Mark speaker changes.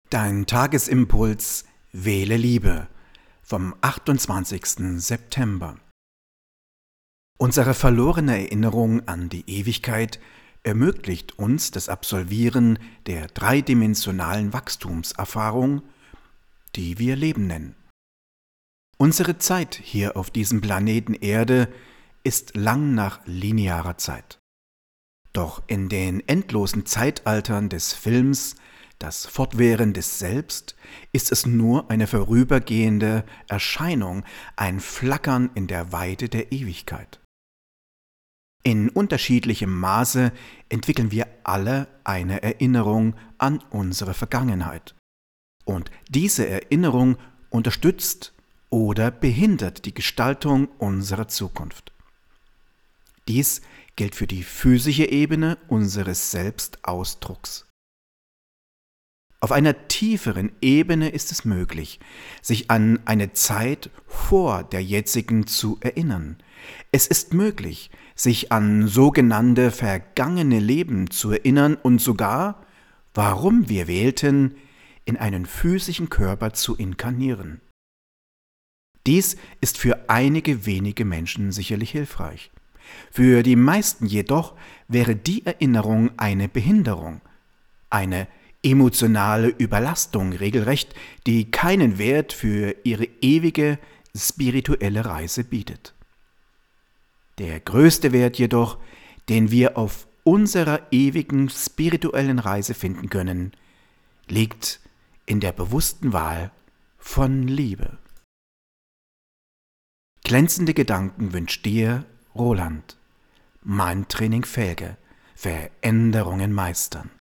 Speaker 1: Dein Tagesimpuls Wähle Liebe vom 28. September. Unsere verlorene Erinnerung an die Ewigkeit ermöglicht uns das Absolvieren der dreidimensionalen Wachstumserfahrung, die wir Leben nennen. Unsere Zeit hier auf diesem Planeten Erde ist lang nach linearer Zeit. Doch in den endlosen Zeitaltern des Films, das Fortwähren des Selbst, ist es nur eine vorübergehende Erscheinung, ein Flackern in der Weite der Ewigkeit. In unterschiedlichem Maße entwickeln wir alle eine Erinnerung an unsere Vergangenheit. Und diese Erinnerung unterstützt oder behindert die Gestaltung unserer Zukunft. Dies gilt für die physische Ebene unseres Selbstausdrucks. Auf einer tieferen Ebene ist es möglich, sich an eine Zeit vor der jetzigen zu erinnern. Es ist möglich, sich an sogenannte vergangene Leben zu erinnern und sogar, warum wir wählten, in einen physischen Körper zu inkarnieren. Dies ist für einige wenige Menschen sicherlich hilfreich. Für die meisten jedoch wäre die Erinnerung eine Behinderung, eine emotionale Überlastung regelrecht, die keinen Wert für ihre ewige spirituelle Reise bietet. Der größte Wert jedoch, den wir auf unserer ewigen spirituellen Reise finden können, liegt in der bewussten Wahl von Liebe. Glänzende Gedanken wünscht dir Roland. Mindtraining Felge. Veränderungen meistern.